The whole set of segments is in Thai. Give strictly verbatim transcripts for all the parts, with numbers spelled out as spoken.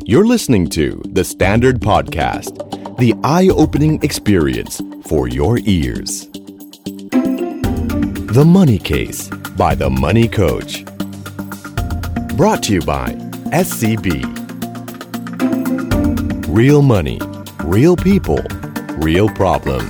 You're listening to The Standard Podcast, the eye-opening experience for your ears. The Money Case by The Money Coach. Brought to you by เอส ซี บี Real Money, Real People, Real Problems.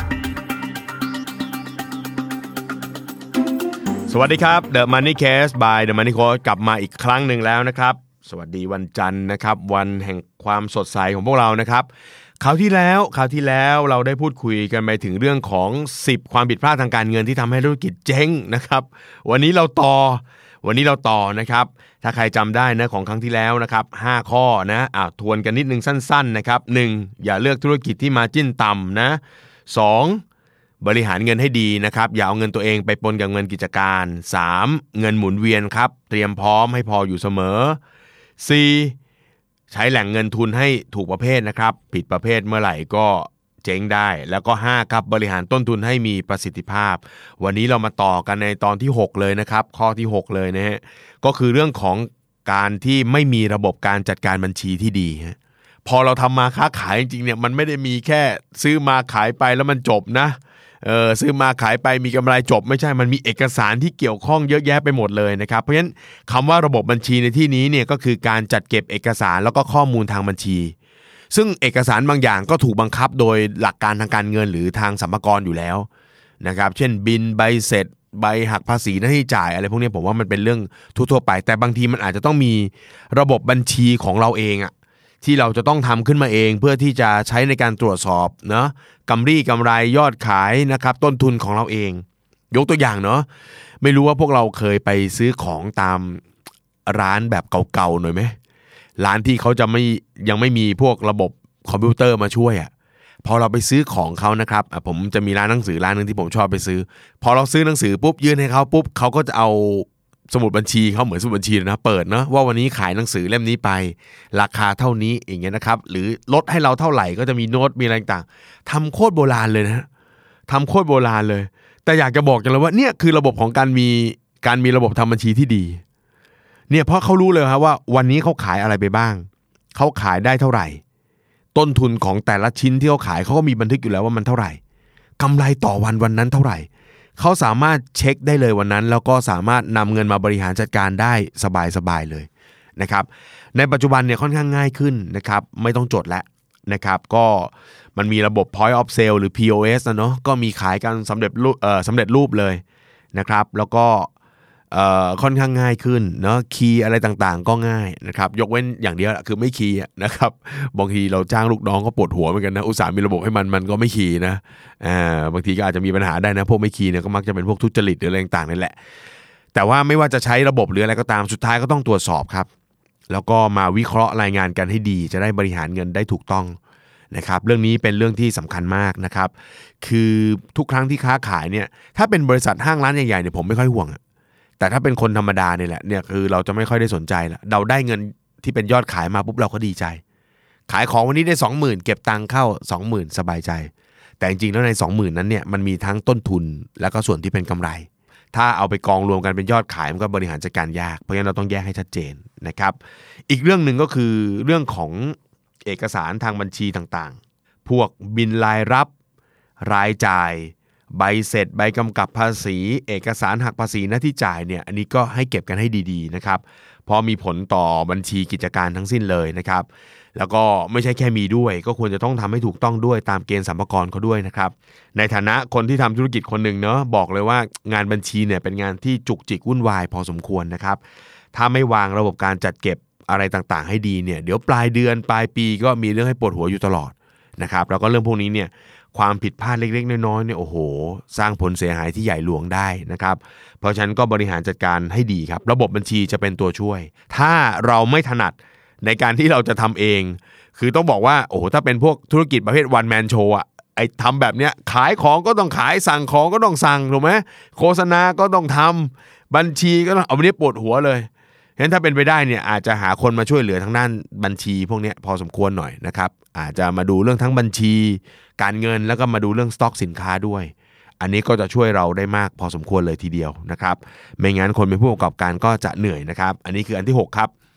สวัสดีครับ The Money Case by The Money Coach กลับมาอีกครั้งหนึ่งแล้วนะครับสวัสดีวันจันทร์นะครับวันแห่งความสดใสของพวกเรานะครับคราวที่แล้วคราวที่แล้วเราได้พูดคุยกันไปถึงเรื่องของสิบความผิดพลาดทางการเงินที่ทำให้ธุรกิจเจ๊งนะครับวันนี้เราต่อวันนี้เราต่อนะครับถ้าใครจำได้นะของครั้งที่แล้วนะครับห้าข้อนะอ่ะทวนกันนิดนึงสั้นๆนะครับหนึ่งอย่าเลือกธุรกิจที่มาร์จิ้นต่ำนะสองบริหารเงินให้ดีนะครับอย่าเอาเงินตัวเองไปปนกับเงินกิจการสามเงินหมุนเวียนครับเตรียมพร้อมให้พออยู่เสมอสี่ใช้แหล่งเงินทุนให้ถูกประเภทนะครับผิดประเภทเมื่อไหร่ก็เจ๊งได้แล้วก็ห้าครับบริหารต้นทุนให้มีประสิทธิภาพวันนี้เรามาต่อกันในตอนที่หกเลยนะครับข้อที่หกเลยนะฮะก็คือเรื่องของการที่ไม่มีระบบการจัดการบัญชีที่ดีฮะพอเราทำมาค้าขายจริงๆเนี่ยมันไม่ได้มีแค่ซื้อมาขายไปแล้วมันจบนะเออซื้อมาขายไปมีกำไรจบไม่ใช่มันมีเอกสารที่เกี่ยวข้องเยอะแยะไปหมดเลยนะครับเพราะฉะนั้นคำว่าระบบบัญชีในที่นี้เนี่ยก็คือการจัดเก็บเอกสารแล้วก็ข้อมูลทางบัญชีซึ่งเอกสารบางอย่างก็ถูกบังคับโดยหลักการทางการเงินหรือทางสรรพากรอยู่แล้วนะครับเช่นบินใบเสร็จใบหักภาษีหน้าที่จ่ายอะไรพวกนี้ผมว่ามันเป็นเรื่องทั่วๆไปแต่บางทีมันอาจจะต้องมีระบบบัญชีของเราเองอะที่เราจะต้องทำขึ้นมาเองเพื่อที่จะใช้ในการตรวจสอบเนาะกำไรกำไรยอดขายนะครับต้นทุนของเราเองยกตัวอย่างเนาะไม่รู้ว่าพวกเราเคยไปซื้อของตามร้านแบบเก่าๆหน่อยไหมร้านที่เขาจะไม่ยังไม่มีพวกระบบคอมพิวเตอร์มาช่วยอ่ะพอเราไปซื้อของเขานะครับผมจะมีร้านหนังสือร้านนึงที่ผมชอบไปซื้อพอเราซื้อหนังสือปุ๊บยื่นให้เขาปุ๊บเขาก็จะเอาสมุดบัญชีเขาเหมือนสมุดบัญชีนะเปิดเนาะว่าวันนี้ขายหนังสือเล่มนี้ไปราคาเท่านี้อย่างเงี้ยนะครับหรือลดให้เราเท่าไหร่ก็จะมีโน้ตมีอะไรต่างๆทำโคตรโบราณเลยนะทำโคตรโบราณเลยแต่อยากจะบอกจังเลยว่าเนี่ยคือระบบของการมีการมีระบบทำบัญชีที่ดีเนี่ยเพราะเขารู้เลยครับว่าวันนี้เขาขายอะไรไปบ้างเขาขายได้เท่าไหร่ต้นทุนของแต่ละชิ้นที่เขาขายเขาก็มีบันทึกอยู่แล้วว่ามันเท่าไหร่กำไรต่อวันวันนั้นเท่าไหร่เขาสามารถเช็คได้เลยวันนั้นแล้วก็สามารถนำเงินมาบริหารจัดการได้สบายๆเลยนะครับในปัจจุบันเนี่ยค่อนข้างง่ายขึ้นนะครับไม่ต้องจดแล้วนะครับก็มันมีระบบ Point of Sale หรือ พี โอ เอส นะเนาะก็มีขายกันสำเร็จรูปเอ่อสำเร็จรูปเลยนะครับแล้วก็เอ่อค่อนข้างง่ายขึ้นเนาะคีย์อะไรต่างๆก็ง่ายนะครับยกเว้นอย่างเดียวคือไม่คีย์นะครับบางทีเราจ้างลูกน้องก็ปวดหัวเหมือนกันนะอุตส่าห์มีระบบให้มันมันก็ไม่คีย์นะอ่าบางทีก็อาจจะมีปัญหาได้นะพวกไม่คีย์เนี่ยก็มักจะเป็นพวกทุจริตหรืออะไรต่างๆนั่นแหละแต่ว่าไม่ว่าจะใช้ระบบหรืออะไรก็ตามสุดท้ายก็ต้องตรวจสอบครับแล้วก็มาวิเคราะห์รายงานกันให้ดีจะได้บริหารเงินได้ถูกต้องนะครับเรื่องนี้เป็นเรื่องที่สำคัญมากนะครับคือทุกครั้งที่ค้าขายเนี่ยถ้าเป็นบริษัทห้างร้านใหญ่ๆเนี่ยผมไม่ค่อยห่วงแต่ถ้าเป็นคนธรรมดาเนี่ยแหละเนี่ยคือเราจะไม่ค่อยได้สนใจละเราได้เงินที่เป็นยอดขายมาปุ๊บเราก็ดีใจขายของวันนี้ได้ สองหมื่น เก็บตังค์เข้า สองหมื่น สบายใจแต่จริงๆแล้วใน สองหมื่น นั้นเนี่ยมันมีทั้งต้นทุนแล้วก็ส่วนที่เป็นกำไรถ้าเอาไปกองรวมกันเป็นยอดขายมันก็บริหารจัดการยากเพราะฉะนั้นเราต้องแยกให้ชัดเจนนะครับอีกเรื่องนึงก็คือเรื่องของเอกสารทางบัญชีต่างๆพวกบินรายรับรายจ่ายใบเสร็จใบกำกับภาษีเอกสารหักภาษีหน้าที่จ่ายเนี่ยอันนี้ก็ให้เก็บกันให้ดีๆนะครับเพราะมีผลต่อบัญชีกิจการทั้งสิ้นเลยนะครับแล้วก็ไม่ใช่แค่มีด้วยก็ควรจะต้องทำให้ถูกต้องด้วยตามเกณฑ์สรรพากรเขาด้วยนะครับในฐานะคนที่ทำธุรกิจคนหนึ่งเนาะบอกเลยว่างานบัญชีเนี่ยเป็นงานที่จุกจิกวุ่นวายพอสมควรนะครับถ้าไม่วางระบบการจัดเก็บอะไรต่างๆให้ดีเนี่ยเดี๋ยวปลายเดือนปลายปีก็มีเรื่องให้ปวดหัวอยู่ตลอดนะครับแล้วก็เรื่องพวกนี้เนี่ยความผิดพลาดเล็กๆน้อยๆเนี่ยโอ้โหสร้างผลเสียหายที่ใหญ่หลวงได้นะครับเพราะฉะนั้นก็บริหารจัดการให้ดีครับระบบบัญชีจะเป็นตัวช่วยถ้าเราไม่ถนัดในการที่เราจะทำเองคือต้องบอกว่าโอ้โหถ้าเป็นพวกธุรกิจประเภท one man show อ่ะไอ้ทำแบบเนี้ยขายของก็ต้องขายสั่งของก็ต้องสั่งถูกไหมโฆษณาก็ต้องทำบัญชีก็ต้องเอาวันนี้ปวดหัวเลยฉะนั้นถ้าเป็นไปได้เนี่ยอาจจะหาคนมาช่วยเหลือทางด้านบัญชีพวกนี้พอสมควรหน่อยนะครับอาจจะมาดูเรื่องทั้งบัญชีการเงินแล้วก็มาดูเรื่องสต็อกสินค้าด้วยอันนี้ก็จะช่วยเราได้มากพอสมควรเลยทีเดียวนะครับไม่งั้นคนเป็นผู้ประกอบการก็จะเหนื่อยนะครับอันนี้คืออันที่หกครับ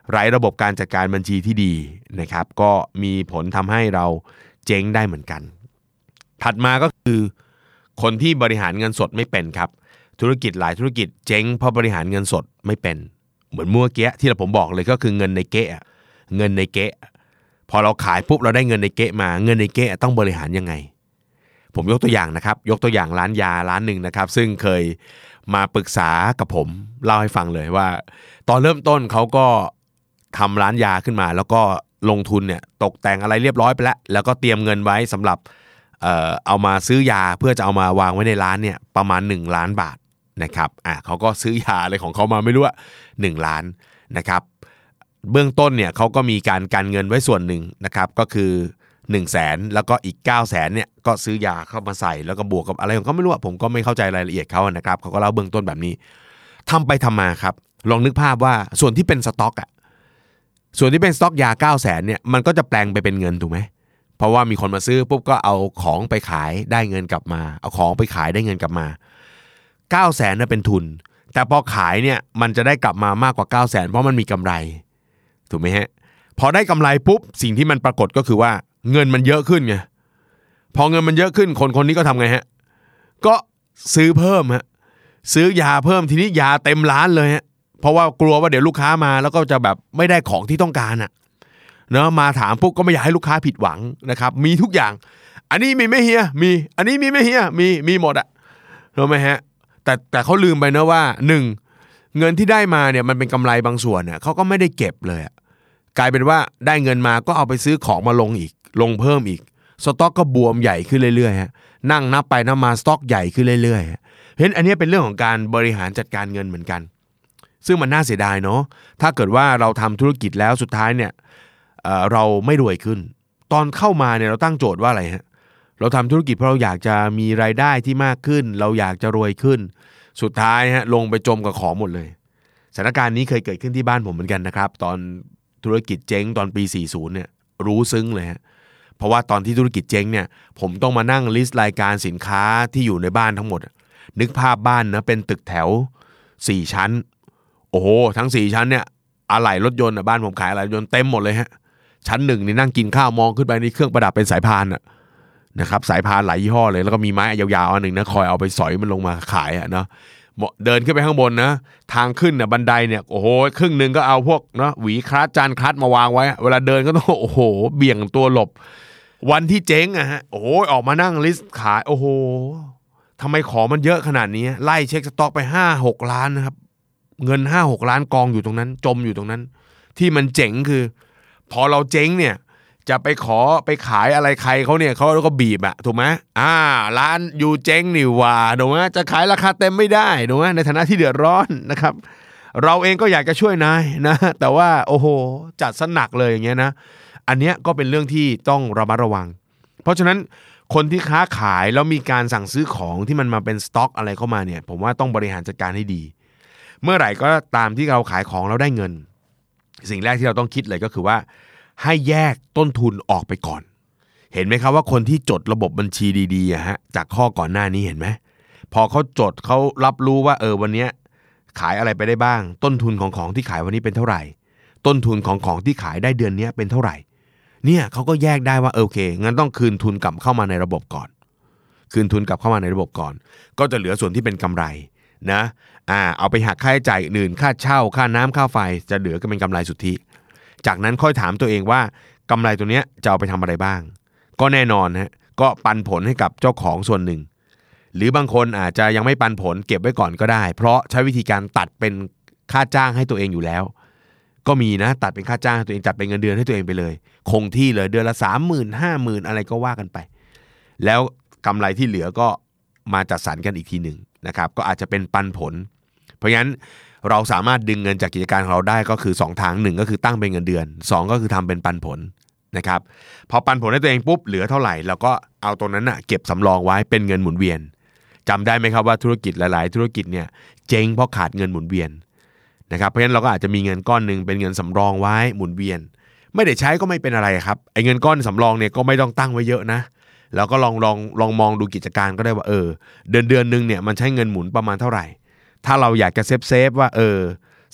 ไร้ระบบการจัดการบัญชีที่ดีนะครับก็มีผลทำให้เราเจ๊งได้เหมือนกันถัดมาก็คือคนที่บริหารเงินสดไม่เป็นครับธุรกิจหลายธุรกิจเจ๊งเพราะบริหารเงินสดไม่เป็นเหมือนเมื่อกี้ที่เราผมบอกเลยก็คือเงินในเก๊ะเงินในเก๊ะพอเราขายปุ๊บเราได้เงินในเก๊ะมาเงินในเก๊ะต้องบริหารยังไงผมยกตัวอย่างนะครับยกตัวอย่างร้านยาร้านหนึ่งนะครับซึ่งเคยมาปรึกษากับผมเล่าให้ฟังเลยว่าตอนเริ่มต้นเขาก็ทำร้านยาขึ้นมาแล้วก็ลงทุนเนี่ยตกแต่งอะไรเรียบร้อยไปแล้วแล้วก็เตรียมเงินไว้สำหรับเอ่อเอามาซื้อยาเพื่อจะเอามาวางไว้ในร้านเนี่ยประมาณหนึ่งล้านบาทนะครับอ่ะเขาก็ซื้อยาอะไรของเขามาไม่รู้ว่าหนึ่งล้านนะครับเบื้องต้นเนี่ยเขาก็มีการกันเงินไว้ส่วนหนึ่งนะครับก็คือหนึ่งแสนแล้วก็อีกเก้าแสนเนี่ยก็ซื้อยาเข้ามาใส่แล้วก็บวกกับอะไรของเขาไม่รู้อ่ะผมก็ไม่เข้าใจรายละเอียดเขานะครับเขาก็เล่าเบื้องต้นแบบนี้ทำไปทำมาครับลองนึกภาพว่าส่วนที่เป็นสต็อกอ่ะส่วนที่เป็นสต็อกยาเก้าแสนเนี่ยมันก็จะแปลงไปเป็นเงินถูกไหมเพราะว่ามีคนมาซื้อปุ๊บก็เอาของไปขายได้เงินกลับมาเอาของไปขายได้เงินกลับมาเก้าแสนน่ะเป็นทุนแต่พอขายเนี่ยมันจะได้กลับมามากกว่าเก้าแสนเพราะมันมีกำไรถูกไหมฮะพอได้กำไรปุ๊บสิ่งที่มันปรากฏก็คือว่าเงินมันเยอะขึ้นไงพอเงินมันเยอะขึ้นคนคนนี้ก็ทำไงฮะก็ซื้อเพิ่มฮะซื้อยาเพิ่มทีนี้ยาเต็มร้านเลยฮะเพราะว่ากลัวว่าเดี๋ยวลูกค้ามาแล้วก็จะแบบไม่ได้ของที่ต้องการอ่ะเนาะมาถามปุ๊บก็ไม่อยากให้ลูกค้าผิดหวังนะครับมีทุกอย่างอันนี้มีไหมเฮียมีอันนี้มีไหมเฮียมีมีหมดอ่ะรู้ไหมฮะแต่แต่เขาลืมไปนะว่าหนึ่งเงินที่ได้มาเนี่ยมันเป็นกำไรบางส่วนเนี่ยเขาก็ไม่ได้เก็บเลยกลายเป็นว่าได้เงินมาก็เอาไปซื้อของมาลงอีกลงเพิ่มอีกสต็อกก็บวมใหญ่ขึ้นเรื่อยๆฮะนั่งนับไปนับมาสต็อกใหญ่ขึ้นเรื่อยๆเห็นอันนี้เป็นเรื่องของการบริหารจัดการเงินเหมือนกันซึ่งมันน่าเสียดายเนาะถ้าเกิดว่าเราทำธุรกิจแล้วสุดท้ายเนี่ย เอ่อ เราไม่รวยขึ้นตอนเข้ามาเนี่ยเราตั้งโจทย์ว่าอะไรฮะเราทำธุรกิจเพราะเราอยากจะมีรายได้ที่มากขึ้นเราอยากจะรวยขึ้นสุดท้ายฮะลงไปจมกับของหมดเลยสถานการณ์นี้เคยเกิดขึ้นที่บ้านผมเหมือนกันนะครับตอนธุรกิจเจ๊งตอนปีสี่สิบเนี่ยรู้ซึ้งเลยฮะเพราะว่าตอนที่ธุรกิจเจ๊งเนี่ยผมต้องมานั่งลิสต์รายการสินค้าที่อยู่ในบ้านทั้งหมดนึกภาพบ้านนะเป็นตึกแถวสี่ชั้นโอ้โหทั้งสี่ชั้นเนี่ยอะไหล่รถยนต์บ้านผมขายอะไหล่รถยนต์เต็มหมดเลยฮะชั้นหนึ่งนี่นั่งกินข้าวมองขึ้นไปนี่เครื่องประดับเป็นสายพานนะครับสายพานหลายยี่ห้อเลยแล้วก็มีไม้ยาวๆอันหนึ่งนะคอยเอาไปสอยมันลงมาขายอ่ะเนาะเดินขึ้นไปข้างบนนะทางขึ้นน่ะบันไดเนี่ยโอ้โหครึ่งนึงก็เอาพวกเนาะหวีคลาสจานคลาสมาวางไว้เวลาเดินก็ต้องโอ้โหเบี่ยงตัวหลบวันที่เจ๊งอะฮะโอ้โหออกมานั่งลิสต์ขายโอ้โหทำไมของมันเยอะขนาดนี้ไล่เช็คสต็อกไป ห้าหก ล้านนะครับเงิน ห้าหก ล้านกองอยู่ตรงนั้นจมอยู่ตรงนั้นที่มันเจ๋งคือพอเราเจ๊งเนี่ยจะไปขอไปขายอะไรใครเขาเนี่ยเขาก็บีบอะถูกไหมอ่าร้านอยู่เจ๊งนี่ว่าถูกไหมจะขายราคาเต็มไม่ได้ถูกไหมในฐานะที่เดือดร้อนนะครับเราเองก็อยากจะช่วยนายนะแต่ว่าโอ้โหจัดสนักเลยอย่างเงี้ยนะอันเนี้ยก็เป็นเรื่องที่ต้องระมัดระวังเพราะฉะนั้นคนที่ค้าขายแล้วมีการสั่งซื้อของที่มันมาเป็นสต็อกอะไรเข้ามาเนี่ยผมว่าต้องบริหารจัดการให้ดีเมื่อไหร่ก็ตามที่เราขายของเราได้เงินสิ่งแรกที่เราต้องคิดเลยก็คือว่าให้แยกต้นทุนออกไปก่อนเห็นไหมครับว่าคนที่จดระบบบัญชีดีๆอะฮะจากข้อก่อนหน้านี้เห็นไหมพอเขาจดเขารับรู้ว่าเออวันนี้ขายอะไรไปได้บ้างต้นทุนของของที่ขายวันนี้เป็นเท่าไหร่ต้นทุนของของที่ขายได้เดือนนี้เป็นเท่าไหร่เนี่ยเขาก็แยกได้ว่าโอเคงั้นต้องคืนทุนกลับเข้ามาในระบบก่อนคืนทุนกลับเข้ามาในระบบก่อนก็จะเหลือส่วนที่เป็นกำไรนะอ่าเอาไปหักค่าใช้จ่ายอื่นค่าเช่าค่าน้ำค่าไฟจะเหลือก็เป็นกำไรสุทธิจากนั้นค่อยถามตัวเองว่ากำไรตัวเนี้ยจะเอาไปทำอะไรบ้างก็แน่นอนฮะก็ปันผลให้กับเจ้าของส่วนหนึ่งหรือบางคนอาจจะยังไม่ปันผลเก็บไว้ก่อนก็ได้เพราะใช้วิธีการตัดเป็นค่าจ้างให้ตัวเองอยู่แล้วก็มีนะตัดเป็นค่าจ้างให้ตัวเองจัดเป็นเงินเดือนให้ตัวเองไปเลยคงที่เลยเดือนละ สามหมื่น ห้าหมื่น อะไรก็ว่ากันไปแล้วกำไรที่เหลือก็มาจัดสรรกันอีกทีหนึ่งนะครับก็อาจจะเป็นปันผลเพราะงั้นเราสามารถดึงเงินจากกิจการของเราได้ก็คือสองทางหนึ่งก็คือตั้งเป็นเงินเดือนสองก็คือทำเป็นปันผลนะครับพอปันผลให้ตัวเองปุ๊บเหลือเท่าไหร่เราก็เอาตรงนั้นน่ะเก็บสำรองไว้เป็นเงินหมุนเวียนจำได้ไหมครับว่าธุรกิจหลายๆธุรกิจเนี่ยเจ๊งเพราะขาดเงินหมุนเวียนนะครับเพราะฉะนั้นเราก็อาจจะมีเงินก้อนนึงเป็นเงินสำรองไว้หมุนเวียนไม่ได้ใช้ก็ไม่เป็นอะไรครับไอ้เงินก้อนสำรองเนี่ยก็ไม่ต้องตั้งไว้เยอะนะแล้วก็ลองลองลองมองดูกิจการก็ได้ว่าเออเดือนเดือนนึงเนี่ยมันใช้เงินหมุนประมาณเท่าไหร่ถ้าเราอยากจะเซฟเซฟว่าเออ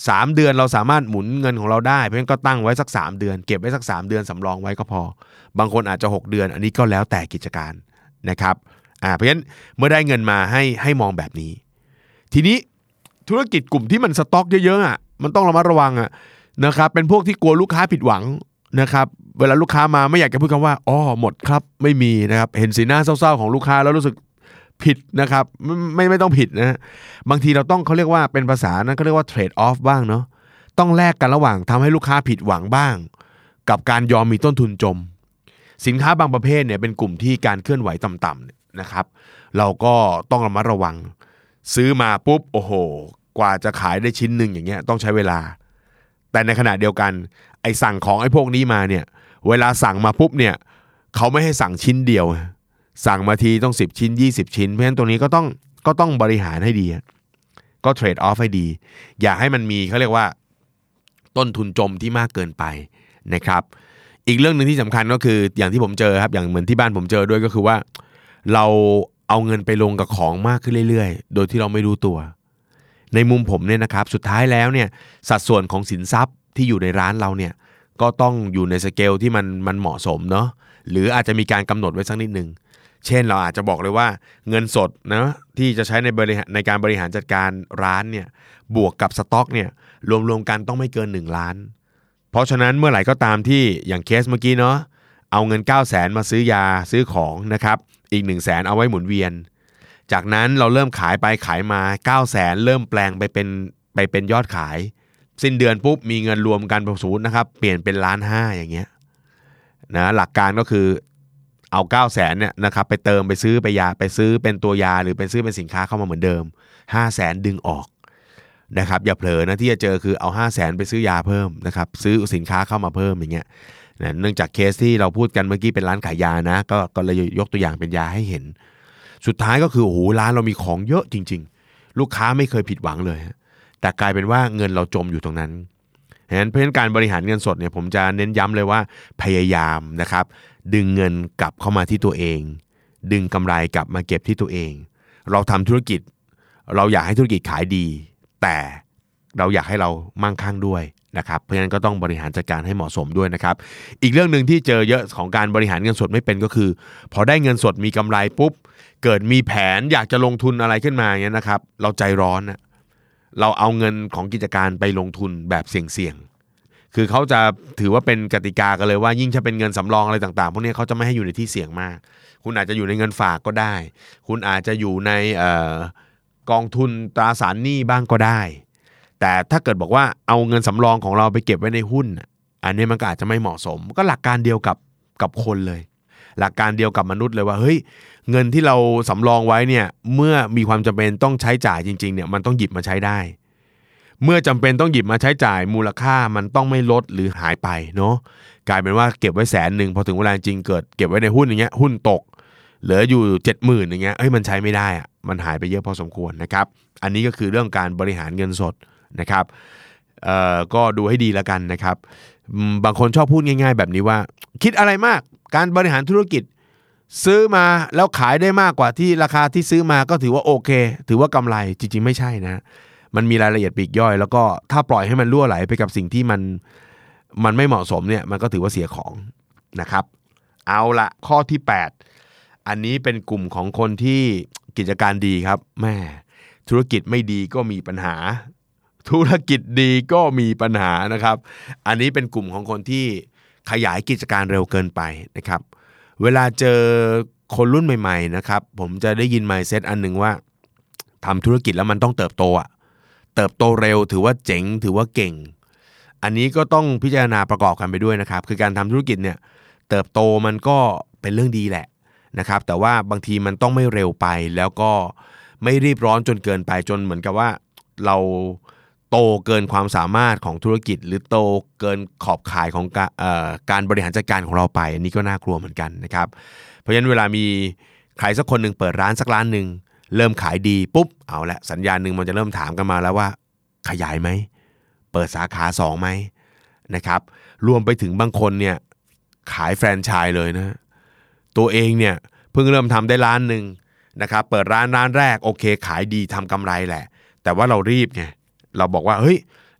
สามเดือนเราสามารถหมุนเงินของเราได้เพราะฉะนั้นก็ตั้งไว้สักสามเดือนเก็บไว้สักสามเดือนสำรองไว้ก็พอบางคนอาจจะหกเดือนอันนี้ก็แล้วแต่กิจการนะครับอ่าเพราะฉะนั้นเมื่อได้เงินมาให้ให้มองแบบนี้ทีนี้ธุรกิจกลุ่มที่มันสต็อกเยอะๆอ่ะมันต้องระมัดระวังอ่ะนะครับเป็นพวกที่กลัวลูกค้าผิดหวังนะครับเวลาลูกค้ามาไม่อยากจะพูดคำว่าอ๋อหมดครับไม่มีนะครับเห็นสีหน้าเศร้าๆของลูกค้าแล้วรู้สึกผิดนะครับไม่ไม่ไม่ต้องผิดนะบางทีเราต้องเขาเรียกว่าเป็นภาษานั้นเขาเรียกว่าเทรดออฟบ้างเนาะต้องแลกกันระหว่างทำให้ลูกค้าผิดหวังบ้างกับการยอมมีต้นทุนจมสินค้าบางประเภทเนี่ยเป็นกลุ่มที่การเคลื่อนไหวต่ำๆนะครับเราก็ต้องระมัดระวังซื้อมาปุ๊บโอ้โหกว่าจะขายได้ชิ้นหนึ่งอย่างเงี้ยต้องใช้เวลาแต่ในขณะเดียวกันไอ้สั่งของไอ้พวกนี้มาเนี่ยเวลาสั่งมาปุ๊บเนี่ยเขาไม่ให้สั่งชิ้นเดียวสั่งมาทีต้องสิบชิ้นยี่สิบชิ้นเพราะฉะนั้นตรงนี้ก็ต้องก็ต้องบริหารให้ดีก็เทรดออฟให้ดีอย่าให้มันมีเขาเรียกว่าต้นทุนจมที่มากเกินไปนะครับอีกเรื่องนึงที่สำคัญก็คืออย่างที่ผมเจอครับอย่างเหมือนที่บ้านผมเจอด้วยก็คือว่าเราเอาเงินไปลงกับของมากขึ้นเรื่อยๆโดยที่เราไม่รู้ตัวในมุมผมเนี่ยนะครับสุดท้ายแล้วเนี่ยสัดส่วนของสินทรัพย์ที่อยู่ในร้านเราเนี่ยก็ต้องอยู่ในสเกลที่มันมันเหมาะสมเนาะหรืออาจจะมีการกำหนดไว้สักนิดนึงเช่นเราอาจจะบอกเลยว่าเงินสดนะที่จะใช้ในบริหารในการบริหารจัดการร้านเนี่ยบวกกับสต็อกเนี่ยรวมๆกันต้องไม่เกินหนึ่งล้านเพราะฉะนั้นเมื่อไหร่ก็ตามที่อย่างเคสเมื่อกี้เนาะเอาเงิน เก้าแสน มาซื้อยาซื้อของนะครับอีก หนึ่งแสน เอาไว้หมุนเวียนจากนั้นเราเริ่มขายไปขายมา เก้าแสน เริ่มแปลงไปเป็นไปเป็นยอดขายสิ้นเดือนปุ๊บมีเงินรวมกันสมมุตินะครับเปลี่ยนเป็นล้านห้าอย่างเงี้ยนะหลักการก็คือเอา เก้าแสน เนี่ยนะครับไปเติมไปซื้อไปยาไปซื้อเป็นตัวยาหรือไปซื้อเป็นสินค้าเข้ามาเหมือนเดิม ห้าแสน ดึงออกนะครับอย่าเผลอนะที่จะเจอคือเอา ห้าแสน ไปซื้อยาเพิ่มนะครับซื้อสินค้าเข้ามาเพิ่มอย่างเงี้ยนะเนื่องจากเคสที่เราพูดกันเมื่อกี้เป็นร้านขายยานะก็ก็เลยยกตัวอย่างเป็นยาให้เห็นสุดท้ายก็คือโอ้โหร้านเรามีของเยอะจริงๆลูกค้าไม่เคยผิดหวังเลยแต่กลายเป็นว่าเงินเราจมอยู่ตรงนั้นเพราะฉะนั้นเพราะฉะนั้นการบริหารเงินสดเนี่ยผมจะเน้นย้ำเลยว่าพยายามนะครับดึงเงินกลับเข้ามาที่ตัวเองดึงกำไรกลับมาเก็บที่ตัวเองเราทำธุรกิจเราอยากให้ธุรกิจขายดีแต่เราอยากให้เรามั่งคั่งด้วยนะครับเพราะฉะนั้นก็ต้องบริหารจัดการให้เหมาะสมด้วยนะครับอีกเรื่องนึงที่เจอเยอะของการบริหารเงินสดไม่เป็นก็คือพอได้เงินสดมีกำไรปุ๊บเกิดมีแผนอยากจะลงทุนอะไรขึ้นมาอย่างเงี้ยนะครับเราใจร้อนนะเราเอาเงินของกิจการไปลงทุนแบบเสี่ยงๆคือเขาจะถือว่าเป็นกติกากันเลยว่ายิ่งถ้าเป็นเงินสำรองอะไรต่างๆพวกนี้เขาจะไม่ให้อยู่ในที่เสี่ยงมากคุณอาจจะอยู่ในเงินฝากก็ได้คุณอาจจะอยู่ในเอ่อกองทุนตราสารหนี้บ้างก็ได้แต่ถ้าเกิดบอกว่าเอาเงินสำรองของเราไปเก็บไว้ในหุ้นอันนี้มันก็อาจจะไม่เหมาะสมก็หลักการเดียวกับกับคนเลยหลักการเดียวกับมนุษย์เลยว่าเฮ้ยเงินที่เราสำรองไว้เนี่ยเมื่อมีความจำเป็นต้องใช้จ่ายจริงๆเนี่ยมันต้องหยิบมาใช้ได้เมื่อจำเป็นต้องหยิบมาใช้จ่ายมูลค่ามันต้องไม่ลดหรือหายไปเนาะกลายเป็นว่าเก็บไว้แสนนึงพอถึงเวลาจริงเกิดเก็บไว้ในหุ้นอย่างเงี้ยหุ้นตกเหลืออยู่ เจ็ดหมื่น อย่างเงี้ยเอ้ยมันใช้ไม่ได้อะมันหายไปเยอะพอสมควรนะครับอันนี้ก็คือเรื่องการบริหารเงินสดนะครับเอ่อก็ดูให้ดีแล้วกันนะครับบางคนชอบพูดง่ายๆแบบนี้ว่าคิดอะไรมากการบริหารธุรกิจซื้อมาแล้วขายได้มากกว่าที่ราคาที่ซื้อมาก็ถือว่าโอเคถือว่ากำไรจริงๆไม่ใช่นะมันมีรายละเอียดปลีกย่อยแล้วก็ถ้าปล่อยให้มันรั่วไหลไปกับสิ่งที่มันมันไม่เหมาะสมเนี่ยมันก็ถือว่าเสียของนะครับเอาละข้อที่แปดอันนี้เป็นกลุ่มของคนที่กิจการดีครับแม่ธุรกิจไม่ดีก็มีปัญหาธุรกิจดีก็มีปัญหานะครับอันนี้เป็นกลุ่มของคนที่ขยายกิจการเร็วเกินไปนะครับเวลาเจอคนรุ่นใหม่ๆนะครับผมจะได้ยิน mindset อันหนึ่งว่าทำธุรกิจแล้วมันต้องเติบโตอ่ะเติบโตเร็วถือว่าเจ๋งถือว่าเก่งอันนี้ก็ต้องพิจารณาประกอบกันไปด้วยนะครับคือการทำธุรกิจเนี่ยเติบโตมันก็เป็นเรื่องดีแหละนะครับแต่ว่าบางทีมันต้องไม่เร็วไปแล้วก็ไม่รีบร้อนจนเกินไปจนเหมือนกับว่าเราโตเกินความสามารถของธุรกิจหรือโตเกินขอบข่ายของการเอ่อการบริหารจัดการของเราไปอันนี้ก็น่ากลัวเหมือนกันนะครับเพราะฉะนั้นเวลามีใครสักคนหนึ่งเปิดร้านสักร้านนึงเริ่มขายดีปุ๊บเอาละสัญญาณนึงมันจะเริ่มถามกันมาแล้วว่าขยายไหมเปิดสาขาสองไหมนะครับรวมไปถึงบางคนเนี่ยขายแฟรนไชส์เลยนะตัวเองเนี่ยเพิ่งเริ่มทำได้ร้านนึงนะครับเปิดร้านร้านแรกโอเคขายดีทำกำไรแหละแต่ว่าเรารีบไงเราบอกว่าเฮ้ย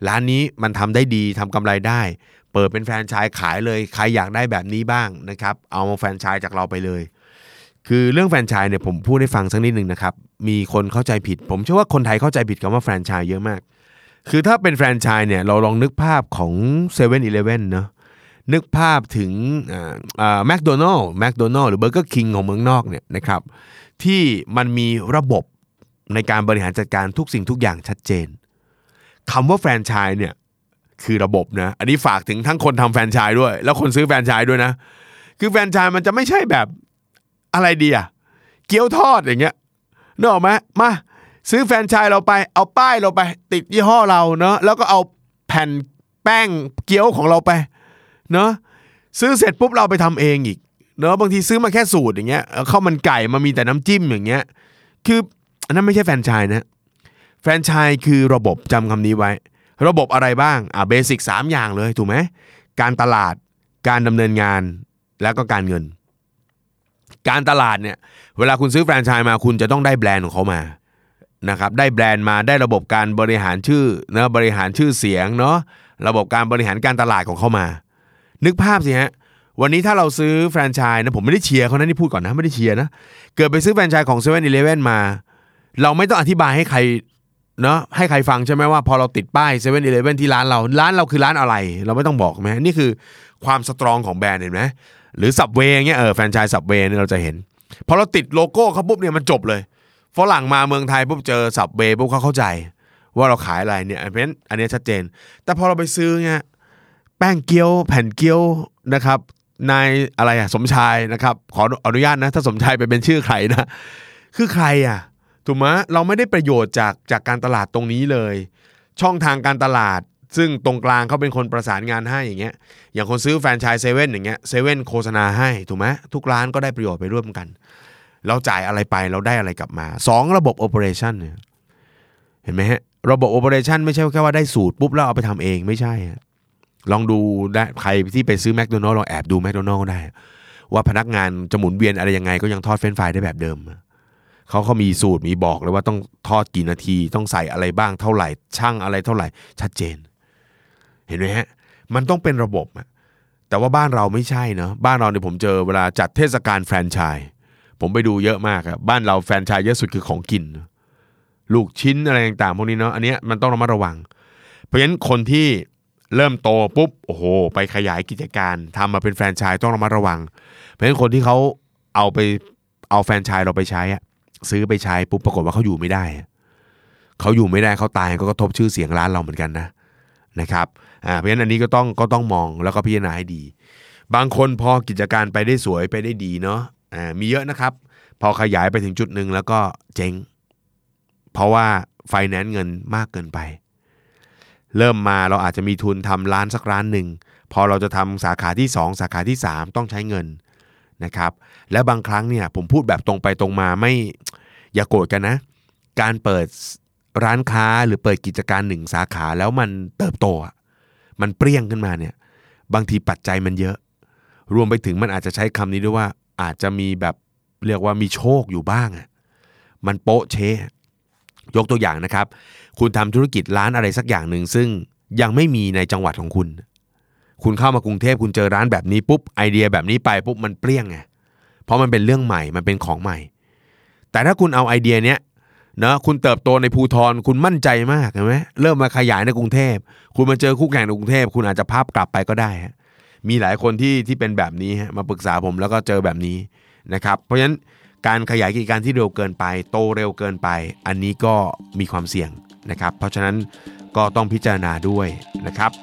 ร้านนี้มันทำได้ดีทำกำไรได้เปิดเป็นแฟรนไชส์ขายเลยใครอยากได้แบบนี้บ้างนะครับเอามาแฟรนไชส์จากเราไปเลยคือเรื่องแฟรนไชส์เนี่ยผมพูดให้ฟังสักนิดนึงนะครับมีคนเข้าใจผิดผมเชื่อว่าคนไทยเข้าใจผิดคำว่าแฟรนไชส์เยอะมากคือถ้าเป็นแฟรนไชส์เนี่ยเราลองนึกภาพของ เซเว่น อีเลฟเว่น เนาะนึกภาพถึงอ่าอ่า McDonald's McDonald's หรือ Burger King ของเมืองนอกเนี่ยนะครับที่มันมีระบบในการบริหารจัดการทุกสิ่งทุกอย่างชัดเจนคำว่าแฟรนไชส์เนี่ยคือระบบนะอันนี้ฝากถึงทั้งคนทำแฟรนไชส์ด้วยแล้วคนซื้อแฟรนไชส์ด้วยนะคือแฟรนไชส์มันจะไม่ใช่แบบอะไรดีอะเกี๊ยวทอดอย่างเงี้ยนึกออกไหมมาซื้อแฟรนไชส์เราไปเอาป้ายเราไปติดยี่ห้อเราเนาะแล้วก็เอาแผ่นแป้งเกี๊ยวของเราไปเนาะซื้อเสร็จปุ๊บเราไปทำเองอีกเนาะบางทีซื้อมาแค่สูตรอย่างเงี้ยข้าวมันไก่มามีแต่น้ำจิ้มอย่างเงี้ยคืออันนั้นไม่ใช่แฟรนไชส์นะแฟรนไชส์คือระบบจำคำนี้ไว้ระบบอะไรบ้างอ่ะเบสิกสามอย่างเลยถูกไหมการตลาดการดำเนินงานแล้วก็การเงินการตลาดเนี่ยเวลาคุณซื้อแฟรนไชส์มาคุณจะต้องได้แบรนด์ของเขามานะครับได้แบรนด์มาได้ระบบการบริหารชื่อนะบริหารชื่อเสียงเนาะระบบการบริหารการตลาดของเขามานึกภาพสิฮะวันนี้ถ้าเราซื้อแฟรนไชส์นะผมไม่ได้เชียร์เขานะนี่พูดก่อนนะไม่ได้เชียร์นะเกิดไปซื้อแฟรนไชส์ของ เซเว่น อีเลฟเว่น มาเราไม่ต้องอธิบายให้ใครเนาะให้ใครฟังใช่ไหมว่าพอเราติดป้าย เซเว่น อีเลฟเว่น ที่ร้านเราร้านเราคือร้านอะไรเราไม่ต้องบอกไหมนี่คือความสตรองของแบรนด์เห็นไหมหรือ Subway เงี้ยเออแฟรนไชส์ Subway เนี่ยเราจะเห็นพอเราติดโลโก้เขาปุ๊บเนี่ยมันจบเลยฝรั่งมาเมืองไทยปุ๊บเจอ Subway ปุ๊บเขาเข้าใจว่าเราขายอะไรเนี่ยเพราะฉะนั้นอันนี้ชัดเจนแต่พอเราไปซื้อเนี่ยแป้งเกี๊ยวแผ่นเกี๊ยวนะครับนายอะไรอะสมชายนะครับขออนุญาตนะถ้าสมชายไปเป็นชื่อใครนะคือใครอะถูกไหมเราไม่ได้ประโยชน์จากจากการตลาดตรงนี้เลยช่องทางการตลาดซึ่งตรงกลางเขาเป็นคนประสานงานให้อย่างเงี้ยอย่างคนซื้อแฟรนไชส์เซเว่นอย่างเงี้ยเซเว่นโฆษณาให้ถูกไหมทุกร้านก็ได้ประโยชน์ไปร่วมกันเราจ่ายอะไรไปเราได้อะไรกลับมาสองระบบโอเปอเรชั่นเนี่ยเห็นไหมฮะระบบโอเปอเรชั่นไม่ใช่แค่ว่าได้สูตรปุ๊บแล้วเอาไปทำเองไม่ใช่ลองดูได้ใครที่ไปซื้อแมคโดนัลด์ลองแอบดูแมคโดนัลด์ได้ว่าพนักงานจะหมุนเวียนอะไรยังไงก็ยังทอดเฟรนช์ฟรายได้แบบเดิมเขาเขามีสูตรมีบอกเลยว่าต้องทอดกี่นาทีต้องใส่อะไรบ้างเท่าไหร่ช่างอะไรเท่าไหร่ชัดเจนเห็นไหมฮะมันต้องเป็นระบบแต่ว่าบ้านเราไม่ใช่เนาะบ้านเราเนี่ยผมเจอเวลาจัดเทศกาลแฟรนไชส์ผมไปดูเยอะมากครับบ้านเราแฟรนไชส์เยอะสุดคือของกินลูกชิ้นอะไรต่างๆพวกนี้เนาะอันนี้มันต้องระมัดระวังเพราะฉะนั้นคนที่เริ่มโตปุ๊บโอ้โหไปขยายกิจการทำมาเป็นแฟรนไชส์ต้องระมัดระวังเพราะฉะนั้นคนที่เขาเอาไปเอาแฟรนไชส์เราไปใช้อะซื้อไปใช้ปุ๊บปรากฏว่าเขาอยู่ไม่ได้เขาอยู่ไม่ได้เขาตายก็กระทบชื่อเสียงร้านเราเหมือนกันนะนะครับอ่าเพราะฉะนั้นอันนี้ก็ต้องก็ต้องมองแล้วก็พิจารณาให้ดีบางคนพอกิจการไปได้สวยไปได้ดีเนาะอ่ามีเยอะนะครับพอขยายไปถึงจุดนึงแล้วก็เจ๊งเพราะว่าไฟแนนซ์เงินมากเกินไปเริ่มมาเราอาจจะมีทุนทำร้านสักร้านหนึ่งพอเราจะทำสาขาที่สองสาขาที่สามต้องใช้เงินนะครับและบางครั้งเนี่ยผมพูดแบบตรงไปตรงมาไม่อย่าโกรธกันนะการเปิดร้านค้าหรือเปิดกิจการหนึ่งสาขาแล้วมันเติบโตมันเปรี้ยงขึ้นมาเนี่ยบางทีปัจจัยมันเยอะรวมไปถึงมันอาจจะใช้คำนี้ด้วยว่าอาจจะมีแบบเรียกว่ามีโชคอยู่บ้างอ่ะมันโป๊ะเชะยกตัวอย่างนะครับคุณทำธุรกิจร้านอะไรสักอย่างหนึ่งซึ่งยังไม่มีในจังหวัดของคุณคุณเข้ามากรุงเทพคุณเจอร้านแบบนี้ปุ๊บไอเดียแบบนี้ไปปุ๊บมันเปรี้ยงไงเพราะมันเป็นเรื่องใหม่มันเป็นของใหม่แต่ถ้าคุณเอาไอเดียเนี้ยเนาะคุณเติบโตในภูธรคุณมั่นใจมากเห็นไหมเริ่มมาขยายในกรุงเทพคุณมาเจอคู่แข่งในกรุงเทพคุณอาจจะภาพกลับไปก็ได้มีหลายคนที่ที่เป็นแบบนี้ฮะมาปรึกษาผมแล้วก็เจอแบบนี้นะครับเพราะฉะนั้นการขยายกิจการที่เร็วเกินไปโตเร็วเกินไปอันนี้ก็มีความเสี่ยงนะครับเพราะฉะนั้นก็ต้องพิจารณาด้วยนะครับ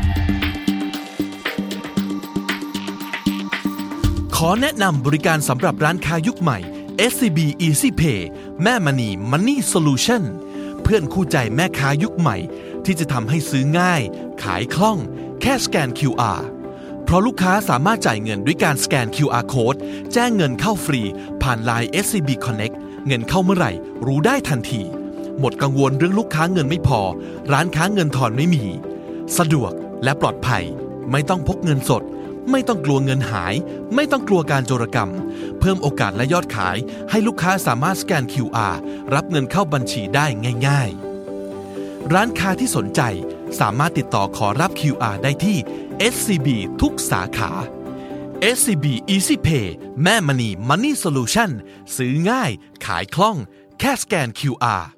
ขอแนะนำบริการสำหรับร้านค้ายุคใหม่ เอส ซี บี Easy Pay แม่มณี Money Solution เพื่อนคู่ใจแม่ค้ายุคใหม่ที่จะทำให้ซื้อง่ายขายคล่องแค่สแกน คิว อาร์ เพราะลูกค้าสามารถจ่ายเงินด้วยการสแกน คิว อาร์ Code แจ้งเงินเข้าฟรีผ่าน ไลน์ เอส ซี บี Connect เงินเข้าเมื่อไหร่รู้ได้ทันทีหมดกังวลเรื่องลูกค้าเงินไม่พอร้านค้าเงินทอนไม่มีสะดวกและปลอดภัยไม่ต้องพกเงินสดไม่ต้องกลัวเงินหายไม่ต้องกลัวการโจรกรรมเพิ่มโอกาสและยอดขายให้ลูกค้าสามารถสแกน คิว อาร์ รับเงินเข้าบัญชีได้ง่ายๆร้านค้าที่สนใจสามารถติดต่อขอรับ คิว อาร์ ได้ที่ เอส ซี บี ทุกสาขา เอส ซี บี Easy Pay แม่มณี Money Solution ซื้อง่ายขายคล่องแค่สแกน คิว อาร์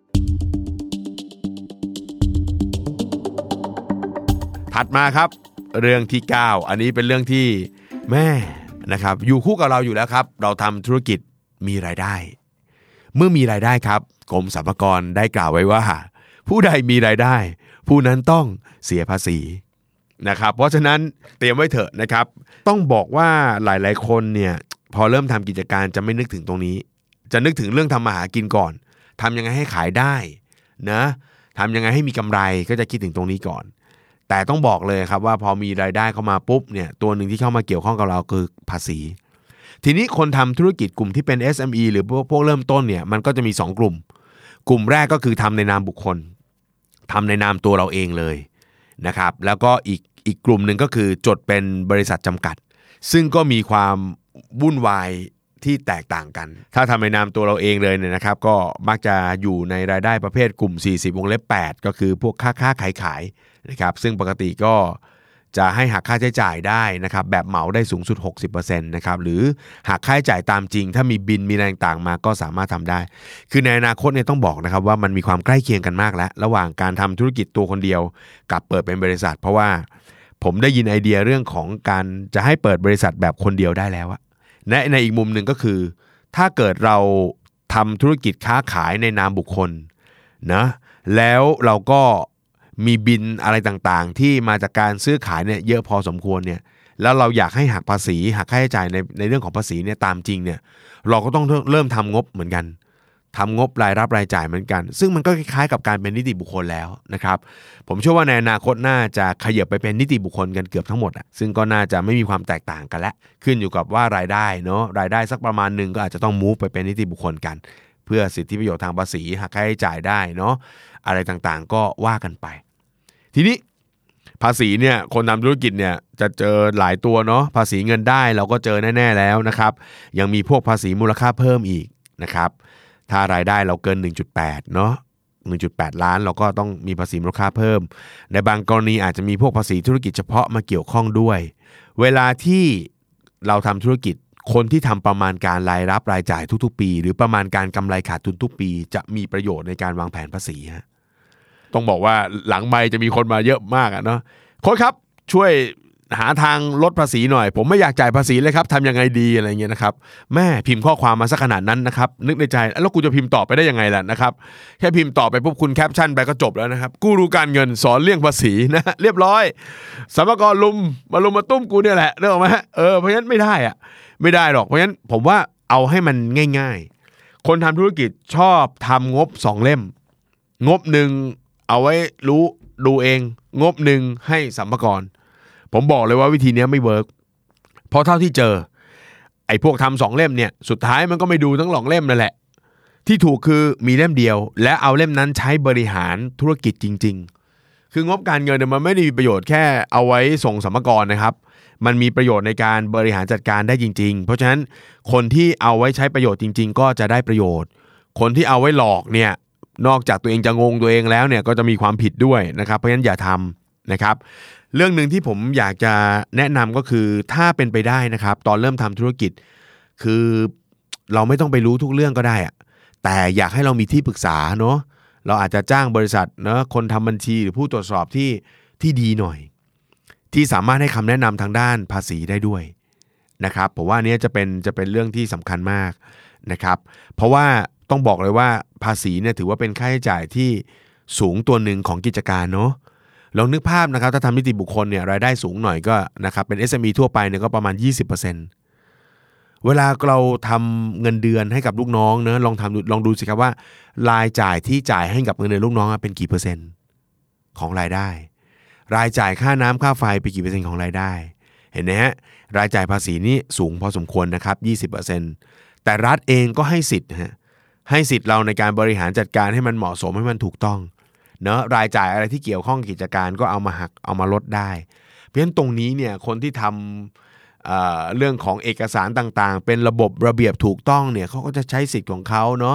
ถัดมาครับเรื่องที่เก้าอันนี้เป็นเรื่องที่แม่นะครับอยู่คู่กับเราอยู่แล้วครับเราทำธุรกิจมีรายได้เมื่อมีรายได้ครับกรมสรรพากรได้กล่าวไว้ว่าผู้ใดมีรายได้ผู้นั้นต้องเสียภาษีนะครับเพราะฉะนั้นเตรียมไว้เถอะนะครับต้องบอกว่าหลายๆคนเนี่ยพอเริ่มทำกิจการจะไม่นึกถึงตรงนี้จะนึกถึงเรื่องทำมาหากินก่อนทำยังไงให้ขายได้นะทำยังไงให้มีกำไรก็จะคิดถึงตรงนี้ก่อนแต่ต้องบอกเลยครับว่าพอมีรายได้เข้ามาปุ๊บเนี่ยตัวหนึ่งที่เข้ามาเกี่ยวข้องกับเราคือภาษีทีนี้คนทำธุรกิจกลุ่มที่เป็น เอส เอ็ม อี หรือพวกพวกเริ่มต้นเนี่ยมันก็จะมีสองกลุ่มกลุ่มแรกก็คือทำในนามบุคคลทำในนามตัวเราเองเลยนะครับแล้วก็อีกอีกกลุ่มหนึ่งก็คือจดเป็นบริษัทจำกัดซึ่งก็มีความวุ่นวายที่แตกต่างกันถ้าทำในนามตัวเราเองเลยเนี่ยนะครับก็มักจะอยู่ในรายได้ประเภทกลุ่มสี่สิบวงเล็บแปดก็คือพวกค่าค้าขายขายนะครับซึ่งปกติก็จะให้หักค่าใช้จ่ายได้นะครับแบบเหมาได้สูงสุด หกสิบเปอร์เซ็นต์ นะครับหรือหักค่าใช้จ่ายตามจริงถ้ามีบินมีอะไรต่างๆมาก็สามารถทำได้คือในอนาคตเนี่ยต้องบอกนะครับว่ามันมีความใกล้เคียงกันมากแล้วระหว่างการทำธุรกิจตัวคนเดียวกับเปิดเป็นบริษัทเพราะว่าผมได้ยินไอเดียเรื่องของการจะให้เปิดบริษัทแบบคนเดียวได้แล้วอะและในอีกมุมหนึ่งก็คือถ้าเกิดเราทำธุรกิจค้าขายในนามบุคคลนะแล้วเราก็มีบินอะไรต่างๆที่มาจากการซื้อขายเนี่ยเยอะพอสมควรเนี่ยแล้วเราอยากให้หักภาษีหักค่าใช้จ่ายในในเรื่องของภาษีเนี่ยตามจริงเนี่ยเราก็ต้องเริ่มทำงบเหมือนกันทำงบรายรับรายจ่ายเหมือนกันซึ่งมันก็คล้ายๆกับการเป็นนิติบุคคลแล้วนะครับผมเชื่อว่าในอนาคตน่าจะขยับไปเป็นนิติบุคคลกันเกือบทั้งหมดอ่ะซึ่งก็น่าจะไม่มีความแตกต่างกันแล้วขึ้นอยู่กับว่ารายได้เนาะรายได้สักประมาณนึงก็อาจจะต้องมูฟไปเป็นนิติบุคคลกันเพื่อสิทธิประโยชน์ทางภาษีหักค่าใช้จ่ายได้เนาะอะไรต่างๆก็ว่ากันไปทีนี้ภาษีเนี่ยคนทำธุรกิจเนี่ยจะเจอหลายตัวเนาะภาษีเงินได้เราก็เจอแน่ๆแล้วนะครับยังมีพวกภาษีมูลค่าเพิ่มอีกนะครับถ้ารายได้เราเกิน หนึ่งจุดแปด เนาะ หนึ่งจุดแปด ล้านเราก็ต้องมีภาษีมูลค่าเพิ่มในบางกรณีอาจจะมีพวกภาษีธุรกิจเฉพาะมาเกี่ยวข้องด้วยเวลาที่เราทำธุรกิจคนที่ทำประมาณการรายรับรายจ่ายทุกๆปีหรือประมาณการกำไรขาดทุนทุกปีจะมีประโยชน์ในการวางแผนภาษีฮะต้องบอกว่าหลังไมค์จะมีคนมาเยอะมากอ่ะเนาะโค้ชครับช่วยหาทางลดภาษีหน่อยผมไม่อยากจ่ายภาษีเลยครับทำยังไงดีอะไรเงี้ยนะครับแม่พิมพ์ข้อความมาสักขนาดนั้นนะครับนึกในใจแล้วกูจะพิมพ์ตอบไปได้ยังไงล่ะนะครับแค่พิมพ์ตอบไปปุ๊บคุณแคปชั่นไปก็จบแล้วนะครับกูรู้การเงินสอนเลี่ยงภาษีนะเรียบร้อยสรรพากรลุมมาลุมมาตุ้มกูเนี่ยแหละเรื่องไหมเออเพราะฉะนั้นไม่ได้อ่ะไม่ได้หรอกเพราะฉะนั้นผมว่าเอาให้มันง่ายๆคนทำธุรกิจชอบทำงบสองเล่มงบหนึ่งเอาไว้รู้ดูเองงบหนึ่งให้สรรพากรผมบอกเลยว่าวิธีนี้ไม่เวิร์กเพราะเท่าที่เจอไอ้พวกทำสองเล่มเนี่ยสุดท้ายมันก็ไม่ดูทั้งสองเล่มนั่นแหละที่ถูกคือมีเล่มเดียวและเอาเล่มนั้นใช้บริหารธุรกิจจริงๆคืองบการเงินเนี่ยมันไม่ได้มีประโยชน์แค่เอาไว้ส่งสรรพากรนะครับมันมีประโยชน์ในการบริหารจัดการได้จริงๆเพราะฉะนั้นคนที่เอาไว้ใช้ประโยชน์จริงๆก็จะได้ประโยชน์คนที่เอาไว้หลอกเนี่ยนอกจากตัวเองจะงงตัวเองแล้วเนี่ยก็จะมีความผิดด้วยนะครับเพราะฉะนั้นอย่าทำนะครับเรื่องนึงที่ผมอยากจะแนะนำก็คือถ้าเป็นไปได้นะครับตอนเริ่มทำธุรกิจคือเราไม่ต้องไปรู้ทุกเรื่องก็ได้อะแต่อยากให้เรามีที่ปรึกษาเนาะเราอาจจะจ้างบริษัทเนาะคนทำบัญชีหรือผู้ตรวจสอบที่ที่ดีหน่อยที่สามารถให้คำแนะนำทางด้านภาษีได้ด้วยนะครับผมว่าอันนี้จะเป็นจะเป็นเรื่องที่สำคัญมากนะครับเพราะว่าต้องบอกเลยว่าภาษีเนี่ยถือว่าเป็นค่าใช้จ่ายที่สูงตัวหนึ่งของกิจการเนาะลองนึกภาพนะครับถ้าทำนิติบุคคลเนี่ยรายได้สูงหน่อยก็นะครับเป็น เอส เอ็ม อี ทั่วไปเนี่ยก็ประมาณ ยี่สิบเปอร์เซ็นต์ เวลาเราทำเงินเดือนให้กับลูกน้องเนอะลองทำลองดูสิครับว่ารายจ่ายที่จ่ายให้กับเงินเดือนลูกน้องเป็นกี่เปอร์เซ็นต์ของรายได้รายจ่ายค่าน้ำค่าไฟเป็นกี่เปอร์เซ็นต์ของรายได้เห็นไหมฮะรายจ่ายภาษีนี่สูงพอสมควรนะครับ ยี่สิบเปอร์เซ็นต์ แต่รัฐเองก็ให้สิทธิ์ฮะให้สิทธิ์เราในการบริหารจัดการให้มันเหมาะสมให้มันถูกต้องเนอะรายจ่ายอะไรที่เกี่ยวข้องกิจการก็เอามาหักเอามาลดได้เพราะฉะนั้นตรงนี้เนี่ยคนที่ทำเอ่อเรื่องของเอกสารต่างๆเป็นระบบระเบียบถูกต้องเนี่ยเขาก็จะใช้สิทธิ์ของเขาเนาะ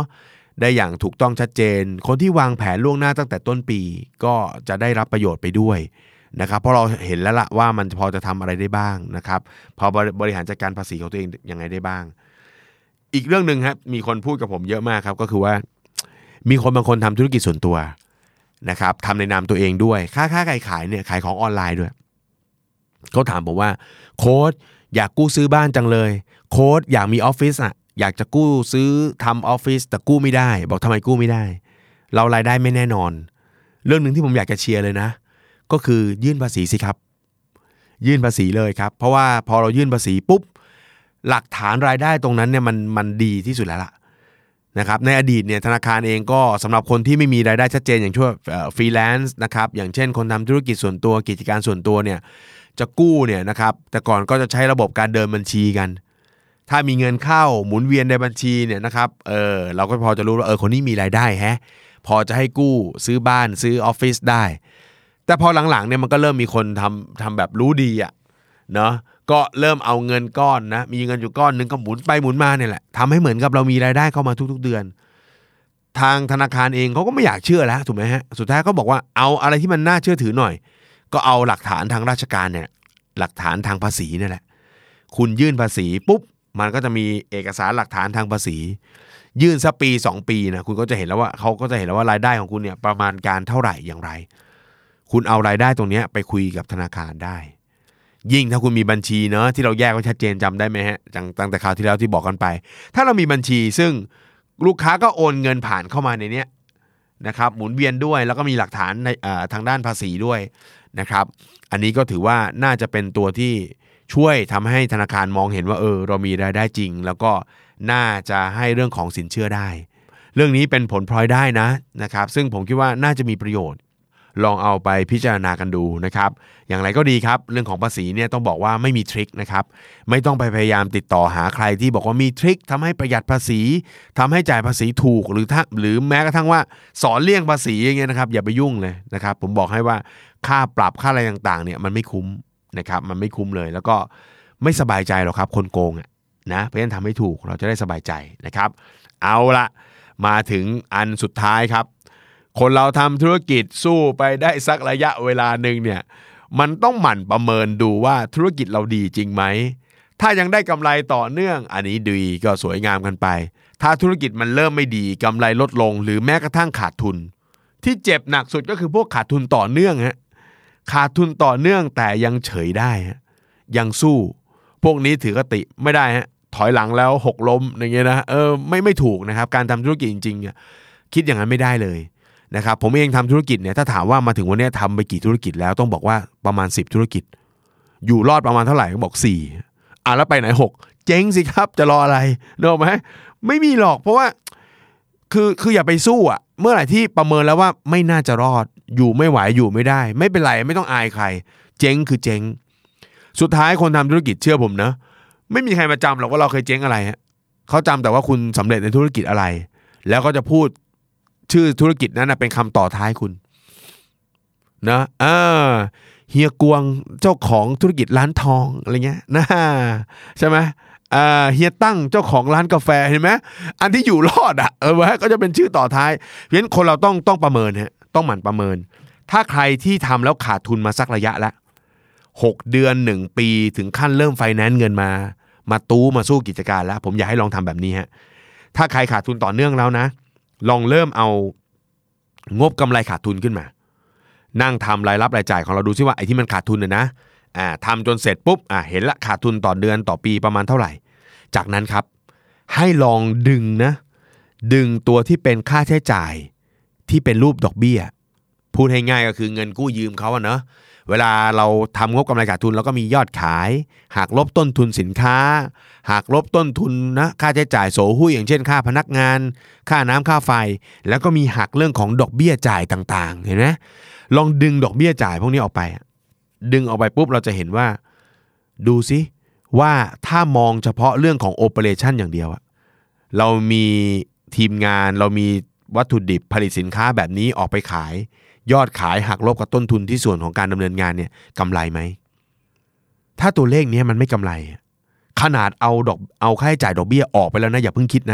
ได้อย่างถูกต้องชัดเจนคนที่วางแผนล่วงหน้าตั้งแต่ต้นปีก็จะได้รับประโยชน์ไปด้วยนะครับเพราะเราเห็นแล้วล่ะว่ามันพอจะทำอะไรได้บ้างนะครับพอบริหารจัดการภาษีของตัวเองยังไงได้บ้างอีกเรื่องนึงครับมีคนพูดกับผมเยอะมากครับก็คือว่ามีคนบางคนทำธุรกิจส่วนตัวนะครับทำในนามตัวเองด้วยค้าค้าขายขายเนี่ยขายของออนไลน์ด้วยเขาถามผมว่าโค้ชอยากกู้ซื้อบ้านจังเลยโค้ชอยากมีออฟฟิศอ่ะอยากจะกู้ซื้อทำออฟฟิศแต่กู้ไม่ได้บอกทำไมกู้ไม่ได้เรารายได้ไม่แน่นอนเรื่องนึงที่ผมอยากจะเชียร์เลยนะก็คือยื่นภาษีสิครับยื่นภาษีเลยครับเพราะว่าพอเรายื่นภาษีปุ๊บหลักฐานรายได้ตรงนั้นเนี่ยมันมันดีที่สุดแล้วล่ะนะครับในอดีตเนี่ยธนาคารเองก็สำหรับคนที่ไม่มีรายได้ชัดเจนอย่างช่วงฟรีแลนซ์นะครับอย่างเช่นคนทำธุรกิจส่วนตัวกิจการส่วนตัวเนี่ยจะกู้เนี่ยนะครับแต่ก่อนก็จะใช้ระบบการเดินบัญชีกันถ้ามีเงินเข้าหมุนเวียนในบัญชีเนี่ยนะครับเออเราก็พอจะรู้ว่าเออคนนี้มีรายได้แฮะพอจะให้กู้ซื้อบ้านซื้อออฟฟิศได้แต่พอหลังๆเนี่ยมันก็เริ่มมีคนทำทำแบบรู้ดีอ่ะเนาะก็เริ่มเอาเงินก้อนนะมีเงินอยู่ก้อนนึงก็หมุนไปหมุนมาเนี่ยแหละทำให้เหมือนกับเรามีรายได้เข้ามาทุกๆเดือนทางธนาคารเองเขาก็ไม่อยากเชื่อแล้วถูกไหมฮะสุดท้ายเขาบอกว่าเอาอะไรที่มันน่าเชื่อถือหน่อยก็เอาหลักฐานทางราชการเนี่ยหลักฐานทางภาษีนี่แหละคุณยื่นภาษีปุ๊บมันก็จะมีเอกสารหลักฐานทางภาษียื่นสักปีสองปีนะคุณก็จะเห็นแล้วว่าเขาก็จะเห็นแล้วว่ารายได้ของคุณเนี่ยประมาณการเท่าไหร่อย่างไรคุณเอารายได้ตรงนี้ไปคุยกับธนาคารได้ยิ่งถ้าคุณมีบัญชีเนอะที่เราแยกไว้ชัดเจนจำได้ไหมฮะตั้งแต่คราวที่แล้วที่บอกกันไปถ้าเรามีบัญชีซึ่งลูกค้าก็โอนเงินผ่านเข้ามาในนี้นะครับหมุนเวียนด้วยแล้วก็มีหลักฐานในทางด้านภาษีด้วยนะครับอันนี้ก็ถือว่าน่าจะเป็นตัวที่ช่วยทำให้ธนาคารมองเห็นว่าเออเรามีรายได้จริงแล้วก็น่าจะให้เรื่องของสินเชื่อได้เรื่องนี้เป็นผลพลอยได้นะนะครับซึ่งผมคิดว่าน่าจะมีประโยชน์ลองเอาไปพิจารณากันดูนะครับอย่างไรก็ดีครับเรื่องของภาษีเนี่ยต้องบอกว่าไม่มีทริคนะครับไม่ต้องไปพยายามติดต่อหาใครที่บอกว่ามีทริคทำให้ประหยัดภาษีทำให้จ่ายภาษีถูกหรือถ้าหรือแม้กระทั่งว่าสอนเลี่ยงภาษีอย่างเงี้ยนะครับอย่าไปยุ่งเลยนะครับผมบอกให้ว่าค่าปรับค่าอะไรต่างๆเนี่ยมันไม่คุ้มนะครับมันไม่คุ้มเลยแล้วก็ไม่สบายใจหรอกครับคนโกงอ่ะนะเพราะฉะนั้นทำให้ถูกเราจะได้สบายใจนะครับเอาละมาถึงอันสุดท้ายครับคนเราทำธุรกิจสู้ไปได้สักระยะเวลาหนึ่งเนี่ยมันต้องหมั่นประเมินดูว่าธุรกิจเราดีจริงไหมถ้ายังได้กำไรต่อเนื่องอันนี้ดีก็สวยงามกันไปถ้าธุรกิจมันเริ่มไม่ดีกำไรลดลงหรือแม้กระทั่งขาดทุนที่เจ็บหนักสุดก็คือพวกขาดทุนต่อเนื่องฮะขาดทุนต่อเนื่องแต่ยังเฉยได้ฮะยังสู้พวกนี้ถือคติไม่ได้ฮะถอยหลังแล้วหกล้มอย่างเงี้ยนะเออไม่ไม่ถูกนะครับการทำธุรกิจจริงๆเนี่ยคิดอย่างนั้นไม่ได้เลยนะครับผมเองทำธุรกิจเนี่ยถ้าถามว่ามาถึงวันนี้ทำไปกี่ธุรกิจแล้วต้องบอกว่าประมาณสิบธุรกิจอยู่รอดประมาณเท่าไหร่ก็บอกสี่อ่ะแล้วไปไหนหกเจ๊งสิครับจะรออะไรนึกออกไหมไม่มีหรอกเพราะว่าคือคืออย่าไปสู้อ่ะเมื่อไหร่ที่ประเมินแล้วว่าไม่น่าจะรอดอยู่ไม่ไหวอยู่ไม่ได้ไม่เป็นไรไม่ต้องอายใครเจ๊งคือเจ๊งสุดท้ายคนทำธุรกิจเชื่อผมนะไม่มีใครมาจำหรอกว่าเราเคยเจ๊งอะไรฮะเขาจำแต่ว่าคุณสำเร็จในธุรกิจอะไรแล้วก็จะพูดชื่อธุรกิจนั้นนะเป็นคำต่อท้ายคุณนะอ่าเฮียกวงเจ้าของธุรกิจร้านทองอะไรเงี้ยนะใช่ไหมอ่าเฮียตั้งเจ้าของร้านกาแฟเห็นไหมอันที่อยู่รอดอ่ะเออก็จะเป็นชื่อต่อท้ายเพราะฉะนั้นคนเราต้องต้องประเมินฮะต้องหมั่นประเมินถ้าใครที่ทำแล้วขาดทุนมาสักระยะละหกเดือนหนึ่งปีถึงขั้นเริ่มไฟแนนซ์เงินมามาตู้มาสู้กิจการแล้วผมอยากให้ลองทำแบบนี้ฮะถ้าใครขาดทุนต่อเนื่องแล้วนะลองเริ่มเอางบกำไรขาดทุนขึ้นมานั่งทำรายรับรายจ่ายของเราดูซิว่าไอ้ที่มันขาดทุนเนี่ยนะอ่าทำจนเสร็จปุ๊บอ่าเห็นละขาดทุนต่อเดือนต่อปีประมาณเท่าไหร่จากนั้นครับให้ลองดึงนะดึงตัวที่เป็นค่าใช้จ่ายที่เป็นรูปดอกเบี้ยพูดให้ง่ายก็คือเงินกู้ยืมเขาอะเนาะเวลาเราทำงบกำไรขาดทุนเราก็มียอดขายหากลบต้นทุนสินค้าหากลบต้นทุนนะค่าใช้จ่ายโสหุ้ยอย่างเช่นค่าพนักงานค่าน้ำค่าไฟแล้วก็มีหักเรื่องของดอกเบี้ยจ่ายต่างๆเห็นไหมลองดึงดอกเบี้ยจ่ายพวกนี้ออกไปดึงออกไปปุ๊บเราจะเห็นว่าดูซิว่าถ้ามองเฉพาะเรื่องของโอเปอเรชั่นอย่างเดียวอะเรามีทีมงานเรามีวัตถุดิบผลิตสินค้าแบบนี้ออกไปขายยอดขายหักลบกับต้นทุนที่ส่วนของการดำเนินงานเนี่ยกำไรไหมถ้าตัวเลขนี้มันไม่กำไรขนาดเอาดอกเอาค่าใช้จ่ายดอกเบี้ยออกไปแล้วนะอย่าเพิ่งคิดนะ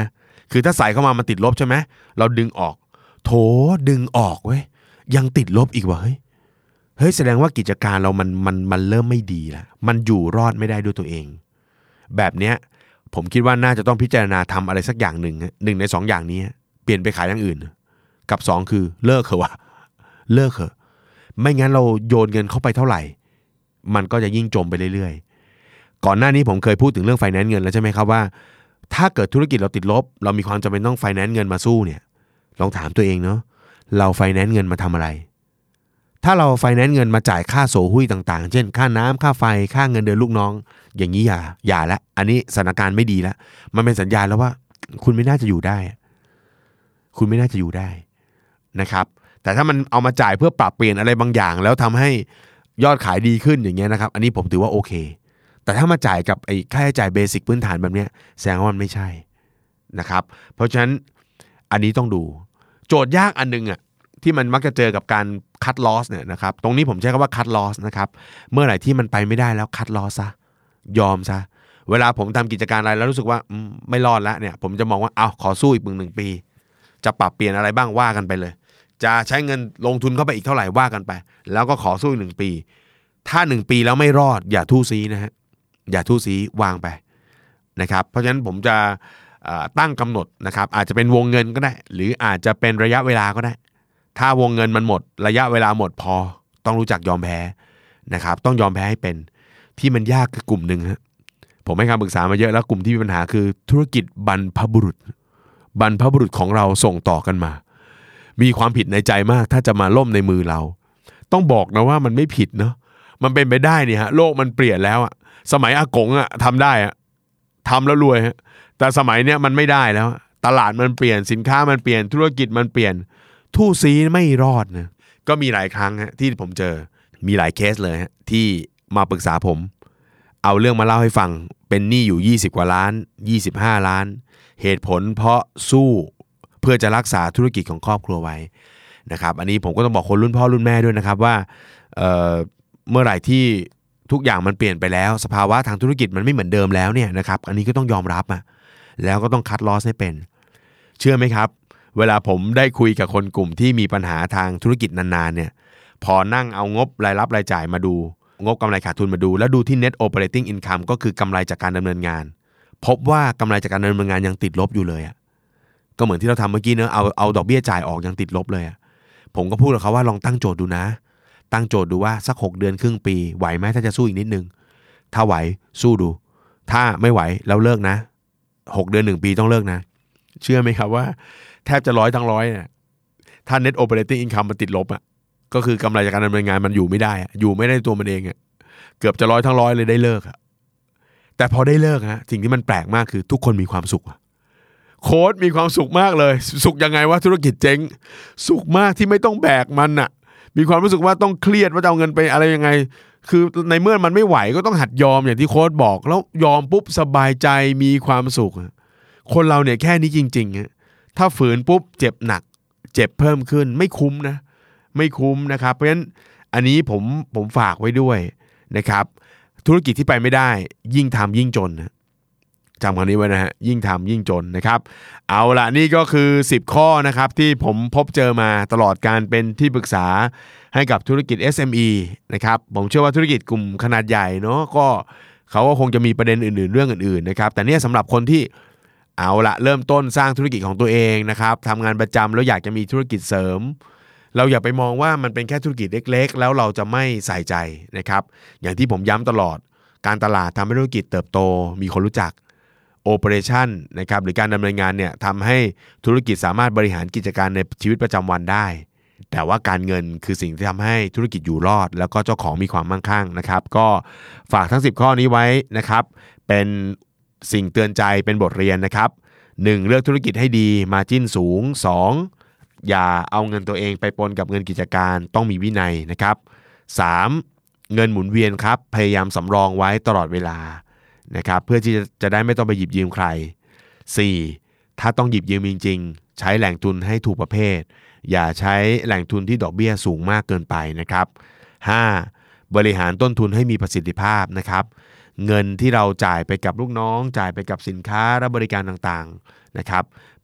คือถ้าใส่เข้ามามันติดลบใช่ไหมเราดึงออกโถดึงออกเว้ยยังติดลบอีกวะเฮ้ยเฮ้ยแสดงว่ากิจการเรามันมันมันเริ่มไม่ดีแล้วมันอยู่รอดไม่ได้ด้วยตัวเองแบบเนี้ยผมคิดว่าน่าจะต้องพิจารณาทำอะไรสักอย่างหนึ่งหนึ่งในสองอย่างนี้เปลี่ยนไปขายอย่างอื่นกับสองคือเลิกเถอะวะเลิกเถอะไม่งั้นเราโยนเงินเข้าไปเท่าไหร่มันก็จะยิ่งจมไปเรื่อยๆก่อนหน้านี้ผมเคยพูดถึงเรื่องไฟแนนซ์เงินแล้วใช่ไหมครับว่าถ้าเกิดธุรกิจเราติดลบเรามีความจำเป็นต้องไฟแนนซ์เงินมาสู้เนี่ยลองถามตัวเองเนาะเราไฟแนนซ์เงินมาทำอะไรถ้าเราไฟแนนซ์เงินมาจ่ายค่าโสหุ้ยต่างๆเช่นค่าน้ำค่าไฟค่าเงินเดือนลูกน้องอย่างนี้อย่าอย่าละอันนี้สถานการณ์ไม่ดีแล้วมันเป็นสัญญาณแล้วว่าคุณไม่น่าจะอยู่ได้คุณไม่น่าจะอยู่ได้นะครับแต่ถ้ามันเอามาจ่ายเพื่อปรับเปลี่ยนอะไรบางอย่างแล้วทำให้ยอดขายดีขึ้นอย่างเงี้ยนะครับอันนี้ผมถือว่าโอเคแต่ถ้ามาจ่ายกับไอ้ค่าใช้จ่ายเบสิกพื้นฐานแบบเนี้ยแสดงว่ามันไม่ใช่นะครับเพราะฉะนั้นอันนี้ต้องดูโจทย์ยากอันนึงอ่ะที่มันมักจะเจอกับการคัดลอสเนี่ยนะครับตรงนี้ผมใช้คำว่าคัดลอสนะครับเมื่อไหร่ที่มันไปไม่ได้แล้วคัดลอสซะยอมซะเวลาผมทำกิจการอะไรแล้วรู้สึกว่าไม่รอดแล้วเนี่ยผมจะมองว่าเอาขอสู้อีกหนึ่งปีจะปรับเปลี่ยนอะไรบ้างว่ากันไปเลยจะใช้เงินลงทุนเข้าไปอีกเท่าไหร่ว่ากันไปแล้วก็ขอสู้อีกหนึ่งปีถ้าหนึ่งปีแล้วไม่รอดอย่าทู่ซีนะฮะอย่าทู่ซีวางไปนะครับเพราะฉะนั้นผมจะตั้งกำหนดนะครับอาจจะเป็นวงเงินก็ได้หรืออาจจะเป็นระยะเวลาก็ได้ถ้าวงเงินมันหมดระยะเวลาหมดพอต้องรู้จักยอมแพ้นะครับต้องยอมแพ้ให้เป็นที่มันยากคือกลุ่มหนึ่งฮะผมให้คำปรึกษามาเยอะแล้วกลุ่มที่มีปัญหาคือธุรกิจบรรพบุรุษบรรพบุรุษของเราส่งต่อกันมามีความผิดในใจมากถ้าจะมาล่มในมือเราต้องบอกนะว่ามันไม่ผิดเนาะมันเป็นไปได้เนี่ยฮะโลกมันเปลี่ยนแล้วอะสมัยอากงอะทำได้อะทำแล้วรวยฮะแต่สมัยเนี้ยมันไม่ได้แล้วตลาดมันเปลี่ยนสินค้ามันเปลี่ยนธุรกิจมันเปลี่ยนทู่ซีไม่รอดนะก็มีหลายครั้งฮะที่ผมเจอมีหลายเคสเลยฮะที่มาปรึกษาผมเอาเรื่องมาเล่าให้ฟังเป็นหนี้อยู่ยี่สิบกว่าล้านยี่สิบห้าล้านเหตุผลเพราะสู้เพื่อจะรักษาธุรกิจของครอบครัวไว้นะครับอันนี้ผมก็ต้องบอกคนรุ่นพ่อรุ่นแม่ด้วยนะครับว่า เอ่อ เมื่อไหร่ที่ทุกอย่างมันเปลี่ยนไปแล้วสภาวะทางธุรกิจมันไม่เหมือนเดิมแล้วเนี่ยนะครับอันนี้ก็ต้องยอมรับอ่ะแล้วก็ต้องคัดลอสให้เป็นเชื่อไหมครับเวลาผมได้คุยกับคนกลุ่มที่มีปัญหาทางธุรกิจนานๆเนี่ยพอนั่งเอางบรายรับรายจ่ายมาดูงบกำไรขาดทุนมาดูแล้วดูที่ net operating income ก็คือกำไรจากการดำเนินงานพบว่ากำไรจากการดำเนินงานยังติดลบอยู่เลยอ่ะก็เหมือนที่เราทำเมื่อกี้เนอะเอาเอาดอกเบี้ยจ่ายออกยังติดลบเลยอ่ะผมก็พูดกับเขาว่าลองตั้งโจทย์ดูนะตั้งโจทย์ดูว่าสักหกเดือนครึ่งปีไหวไหมถ้าจะสู้อีกนิดนึงถ้าไหวสู้ดูถ้าไม่ไหวแล้วเลิกนะหกเดือนหนึ่งปีต้องเลิกนะเชื่อไหมครับว่าแทบจะร้อยทั้งร้อยเนี่ยถ้า net operating income มันติดลบอ่ะก็คือกำไรจากการดำเนินงานมันอยู่ไม่ได้อยู่ไม่ได้ตัวมันเองอ่ะเกือบจะร้อยทั้งร้อยเลยได้เลิกอ่ะแต่พอได้เลิกฮะสิ่งที่มันแปลกมากคือทุกคนมีความสุขโค้ชมีความสุขมากเลยสุขยังไงว่าธุรกิจเจ๊งสุขมากที่ไม่ต้องแบกมันอ่ะมีความรู้สึกว่าต้องเครียดว่าจะเอาเงินไปอะไรยังไงคือในเมื่อมันไม่ไหวก็ต้องหัดยอมอย่างที่โค้ชบอกแล้วยอมปุ๊บสบายใจมีความสุขคนเราเนี่ยแค่นี้จริงๆถ้าฝืนปุ๊บเจ็บหนักเจ็บเพิ่มขึ้นไม่คุ้มนะไม่คุ้มนะครับเพราะฉะนั้นอันนี้ผมผมฝากไว้ด้วยนะครับธุรกิจที่ไปไม่ได้ยิ่งทำยิ่งจนนะจำคำนี้ไว้นะฮะยิ่งทำยิ่งจนนะครับเอาล่ะนี่ก็คือสิบข้อนะครับที่ผมพบเจอมาตลอดการเป็นที่ปรึกษาให้กับธุรกิจ เอส เอ็ม อี นะครับผมเชื่อว่าธุรกิจกลุ่มขนาดใหญ่เนาะก็เขาก็คงจะมีประเด็นอื่นๆเรื่องอื่นๆนะครับแต่เนี่ยสำหรับคนที่เอาละเริ่มต้นสร้างธุรกิจของตัวเองนะครับทำงานประจำแล้วอยากจะมีธุรกิจเสริมเราอย่าไปมองว่ามันเป็นแค่ธุรกิจเล็กๆแล้วเราจะไม่ใส่ใจนะครับอย่างที่ผมย้ำตลอดการตลาดทำให้ธุรกิจเติบโตมีคนรู้จักโอเปอเรชั่นนะครับหรือการดำเนินงานเนี่ยทำให้ธุรกิจสามารถบริหารกิจการในชีวิตประจำวันได้แต่ว่าการเงินคือสิ่งที่ทำให้ธุรกิจอยู่รอดแล้วก็เจ้าของมีความมั่งคั่งนะครับก็ฝากทั้งสิบข้อนี้ไว้นะครับเป็นสิ่งเตือนใจเป็นบทเรียนนะครับหนึ่งเลือกธุรกิจให้ดีมาร์จิ้นสูงสองอย่าเอาเงินตัวเองไปปนกับเงินกิจการต้องมีวินัยนะครับสามเงินหมุนเวียนครับพยายามสำรองไว้ตลอดเวลานะครับเพื่อที่จะได้ไม่ต้องไปหยิบยืมใครสี่ถ้าต้องหยิบยืมจริงๆใช้แหล่งทุนให้ถูกประเภทอย่าใช้แหล่งทุนที่ดอกเบี้ยสูงมากเกินไปนะครับห้าบริหารต้นทุนให้มีประสิทธิภาพนะครับเงินที่เราจ่ายไปกับลูกน้องจ่ายไปกับสินค้าและบริการต่างๆนะครับ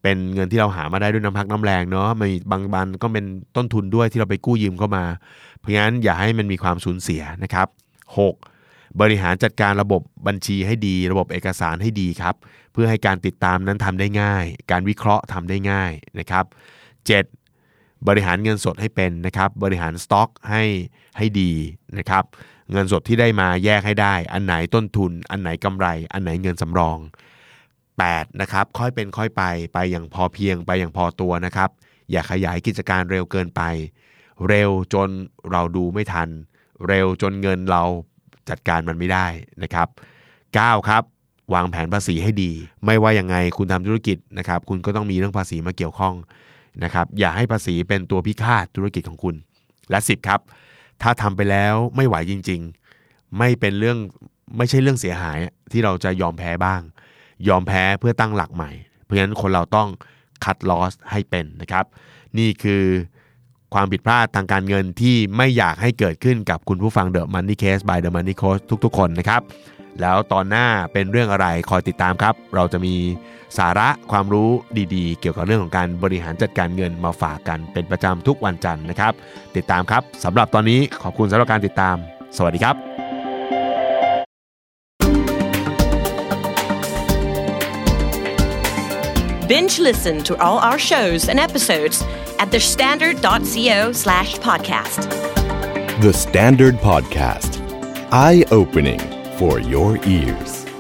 เป็นเงินที่เราหามาได้ด้วยน้ำพักน้ำแรงเนาะมีบางบันก็เป็นต้นทุนด้วยที่เราไปกู้ยืมเข้ามาเพราะงั้นอย่าให้มันมีความสูญเสียนะครับหกบริหารจัดการระบบบัญชีให้ดีระบบเอกสารให้ดีครับเพื่อให้การติดตามนั้นทำได้ง่ายการวิเคราะห์ทำได้ง่ายนะครับเจ็ดบริหารเงินสดให้เป็นนะครับบริหารสต็อกให้ให้ดีนะครับเงินสดที่ได้มาแยกให้ได้อันไหนต้นทุนอันไหนกำไรอันไหนเงินสำรองแปดนะครับค่อยเป็นค่อยไปไปอย่างพอเพียงไปอย่างพอตัวนะครับอย่าขยายกิจการเร็วเกินไปเร็วจนเราดูไม่ทันเร็วจนเงินเราจัดการมันไม่ได้นะครับเก้าครับวางแผนภาษีให้ดีไม่ว่ายังไงคุณทำธุรกิจนะครับคุณก็ต้องมีเรื่องภาษีมาเกี่ยวข้องนะครับอย่าให้ภาษีเป็นตัวพิฆาตธุรกิจของคุณและสิบครับถ้าทำไปแล้วไม่ไหวจริงๆไม่เป็นเรื่องไม่ใช่เรื่องเสียหายที่เราจะยอมแพ้บ้างยอมแพ้เพื่อตั้งหลักใหม่เพราะฉะนั้นคนเราต้องคัดลอสให้เป็นนะครับนี่คือความผิดพลาดทางการเงินที่ไม่อยากให้เกิดขึ้นกับคุณผู้ฟัง The Money Case by The Money Coach ทุกๆคนนะครับแล้วตอนหน้าเป็นเรื่องอะไรคอยติดตามครับเราจะมีสาระความรู้ดีๆเกี่ยวกับเรื่องของการบริหารจัดการเงินมาฝากกันเป็นประจำทุกวันจันทร์นะครับติดตามครับสำหรับตอนนี้ขอบคุณสำหรับการติดตามสวัสดีครับ Binge listen to all our shows and episodes at the standard dot co slash podcast. The Standard Podcast. Eye-opening for your ears.